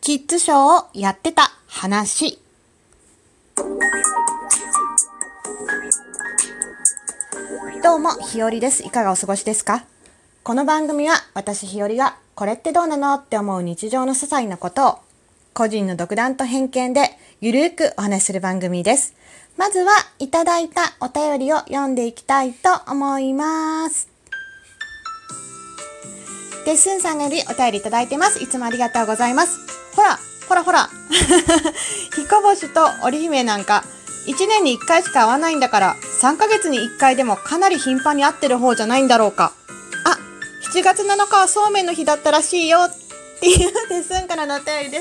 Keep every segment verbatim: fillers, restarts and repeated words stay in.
キッズショーをやってた話。どうも、ひよりです。いかがお過ごしですか？この番組は私ひよりがこれってどうなのって思う日常の些細なことを個人の独断と偏見でゆるーくお話しする番組です。まずはいただいたお便りを読んでいきたいと思います。でっすんさんよりお便りいただいてます。いつもありがとうございます。ほらほらほら彦星と織姫なんかいちねんにいっかいしか会わないんだからさんかげつにいっかいでもかなり頻繁に会ってる方じゃないんだろうか。あ、しちがつなのかはそうめんの日だったらしいよっていうでっすんからのお便りです。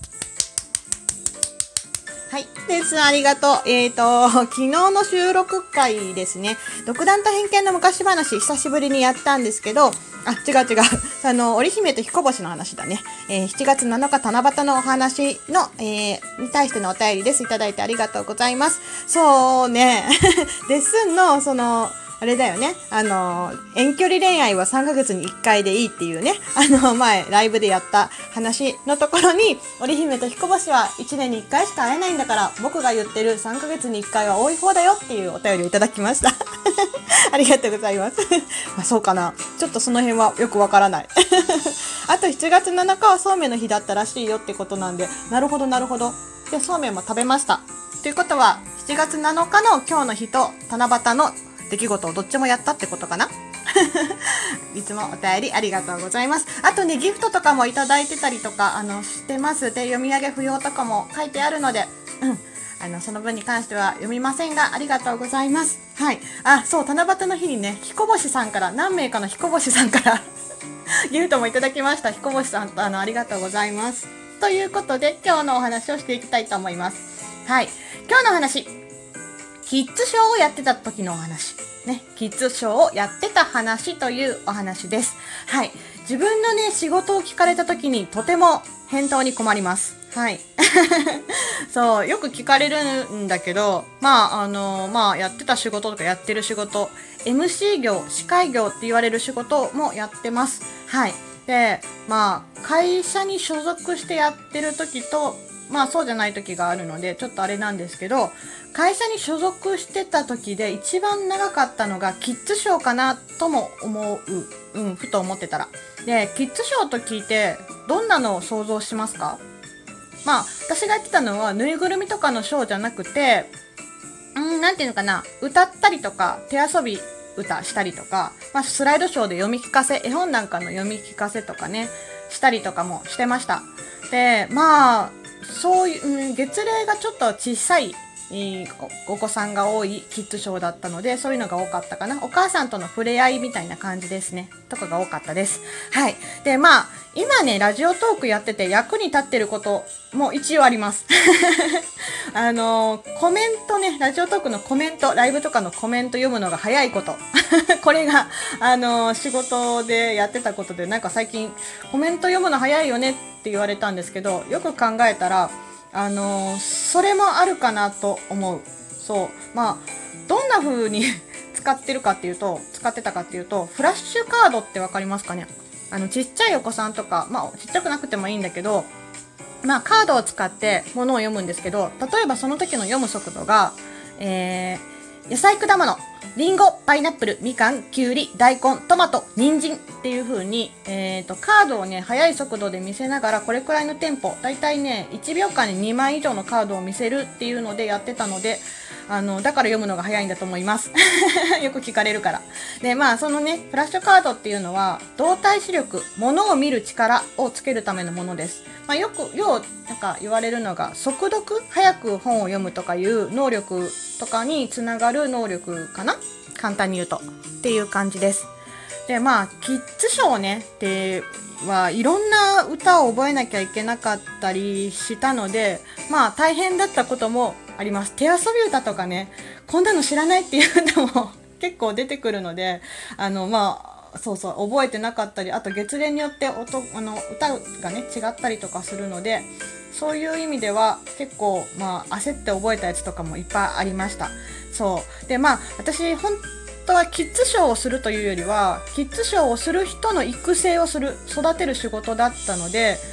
はい、でっすんありがとう。えーと昨日の収録回ですね、独断と偏見の昔話久しぶりにやったんですけど、あ、違う違うあの織姫と彦星の話だね、えー、しちがつなのか七夕のお話の、えー、に対してのお便りです。いただいてありがとうございます。そうねでっすんのそのあれだよね、あの遠距離恋愛はさんかげつにいっかいでいいっていうね、あの前ライブでやった話のところに織姫と彦星はいちねんにいっかいしか会えないんだから僕が言ってるさんかげつにいっかいは多い方だよっていうお便りをいただきましたありがとうございますまあそうかな、ちょっとその辺はよくわからないあとしちがつなのかはそうめんの日だったらしいよってことなんで、なるほどなるほど。でそうめんも食べましたということはしちがつなのかの今日の日と七夕の出来事をどっちもやったってことかないつもお便りありがとうございます。あとね、ギフトとかもいただいてたりとかあのしてますで、読み上げ不要とかも書いてあるので、うんあのその分に関しては読みませんがありがとうございます。はい、あ、そう七夕の日にね、彦星さんから何名かの彦星さんからギフトもいただきました。彦星さんあのありがとうございます。ということで今日のお話をしていきたいと思います。はい、今日の話、キッズショーをやってた時のお話ね、キッズショーをやってた話というお話です。はい、自分のね仕事を聞かれた時にとても返答に困ります。はいそうよく聞かれるんだけど、まああのまあやってた仕事とかやってる仕事、 エムシー 業、司会業って言われる仕事もやってます。はい、でまあ会社に所属してやってる時とまあそうじゃない時があるのでちょっとあれなんですけど、会社に所属してた時で一番長かったのがキッズショーかなとも思う、うん、ふと思ってたら。でキッズショーと聞いてどんなのを想像しますか？まあ私がやってたのはぬいぐるみとかのショーじゃなくて、うんなんていうのかな、歌ったりとか手遊び歌したりとか、まあ、スライドショーで読み聞かせ、絵本なんかの読み聞かせとかねしたりとかもしてました。でまあそういう、うん、月齢がちょっと小さいお子さんが多いキッズショーだったのでそういうのが多かったかな。お母さんとの触れ合いみたいな感じですねとかが多かったです。はい、でまあ今ねラジオトークやってて役に立ってることも一応ありますあのコメントね、ラジオトークのコメント、ライブとかのコメント読むのが早いことこれがあの仕事でやってたことで、なんか最近コメント読むの早いよねって言われたんですけど、よく考えたらあのそれもあるかなと思う。そうまあどんな風に使ってるかっていうと使ってたかっていうと、フラッシュカードってわかりますかね。あのちっちゃいお子さんとか、まあちっちゃくなくてもいいんだけど、まあカードを使ってものを読むんですけど、例えばその時の読む速度が、えー、野菜果物、リンゴ、パイナップル、みかん、きゅうり、大根、トマト、人参っていう風に、えーと、カードをね速い速度で見せながらこれくらいのテンポ、だいたいねいちびょうかんににまい以上のカードを見せるっていうのでやってたので、あのだから読むのが早いんだと思いますよく聞かれるから。でまあそのねフラッシュカードっていうのは動体視力、物を見る力をつけるためのものです。まあ、よくようなんか言われるのが速読、早く本を読むとかいう能力とかにつながる能力かな、簡単に言うとっていう感じです。でまあキッズショーねってはいろんな歌を覚えなきゃいけなかったりしたので、まあ大変だったこともあります。手遊び歌とかね、こんなの知らないっていうのも結構出てくるので、あのまあそうそう覚えてなかったり、あと月齢によって音あの歌がね違ったりとかするので、そういう意味では結構まあ焦って覚えたやつとかもいっぱいありました。そうでまあ私本当はキッズショーをするというよりはキッズショーをする人の育成をする、育てる仕事だったので、大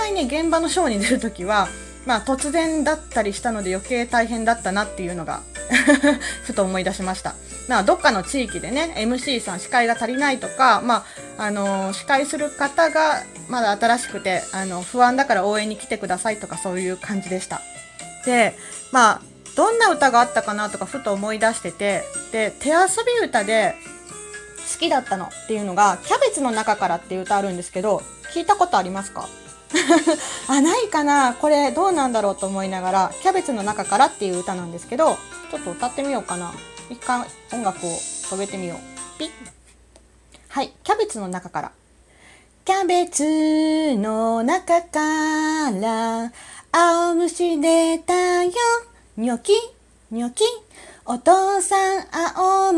際ね現場のショーに出るときはまあ突然だったりしたので余計大変だったなっていうのがふと思い出しました。まあどっかの地域でね エムシー さん司会が足りないとか、まああのー、司会する方がまだ新しくてあの不安だから応援に来てくださいとかそういう感じでした。でまあどんな歌があったかなとかふと思い出してて、で手遊び歌で好きだったのっていうのがキャベツの中からっていう歌あるんですけど、聞いたことありますか？あ、ないかな、これどうなんだろうと思いながら、キャベツの中からっていう歌なんですけど、ちょっと歌ってみようかな。一回音楽を止めてみよう。ピッ。はい、キャベツの中から。キャベツの中から青虫出たよ、ニョキニョキ、お父さん青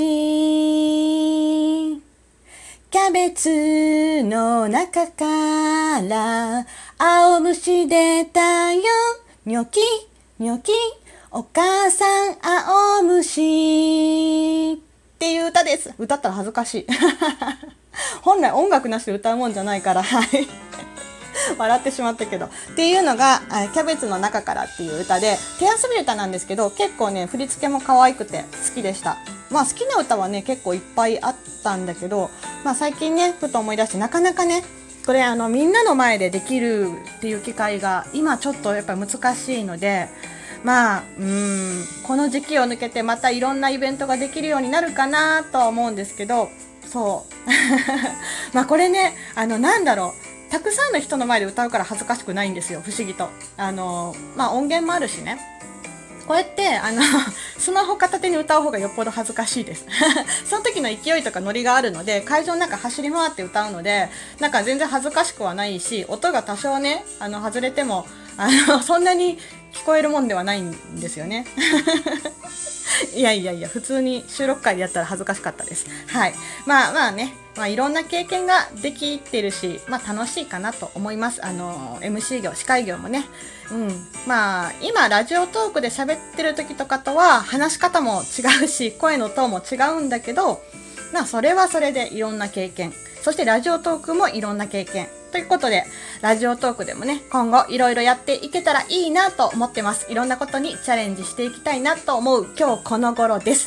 虫。キャベツの中から青虫出たよ、ニョキニョキ、お母さん青虫っていう歌です。歌ったら恥ずかしい。本来音楽なしで歌うもんじゃないから、はい。笑ってしまったけど。っていうのが、キャベツの中からっていう歌で、手遊び歌なんですけど、結構ね、振り付けも可愛くて好きでした。まあ好きな歌はね、結構いっぱいあったんだけど、まあ最近ね、ふと思い出して、なかなかね、これあの、みんなの前でできるっていう機会が、今ちょっとやっぱり難しいので、まあ、うーん、この時期を抜けてまたいろんなイベントができるようになるかなとは思うんですけど、そう。まあこれね、あの、なんだろう。たくさんの人の前で歌うから恥ずかしくないんですよ、不思議と。あの、まあ音源もあるしね。こうやって、あの、スマホ片手に歌う方がよっぽど恥ずかしいです。その時の勢いとかノリがあるので、会場の中走り回って歌うので、なんか全然恥ずかしくはないし、音が多少ね、あの、外れても、あの、そんなに聞こえるもんではないんですよね。いやいやいや、普通に収録会でやったら恥ずかしかったです。はい。まあまあね、まあいろんな経験ができてるし、まあ楽しいかなと思います。あの、エムシー 業、司会業もね。うん。まあ、今、ラジオトークで喋ってる時とかとは、話し方も違うし、声のトーンも違うんだけど、まあ、それはそれでいろんな経験。そしてラジオトークもいろんな経験。ということで、ラジオトークでもね、今後いろいろやっていけたらいいなと思ってます。いろんなことにチャレンジしていきたいなと思う今日この頃です。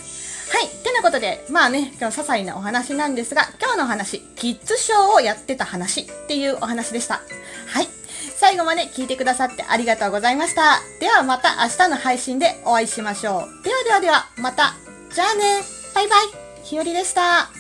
はい。てなことで、まあね、今日些細なお話なんですが、今日の話、キッズショーをやってた話っていうお話でした。はい。最後まで聞いてくださってありがとうございました。ではまた明日の配信でお会いしましょう。ではではでは、また。じゃあね。バイバイ。ひよりでした。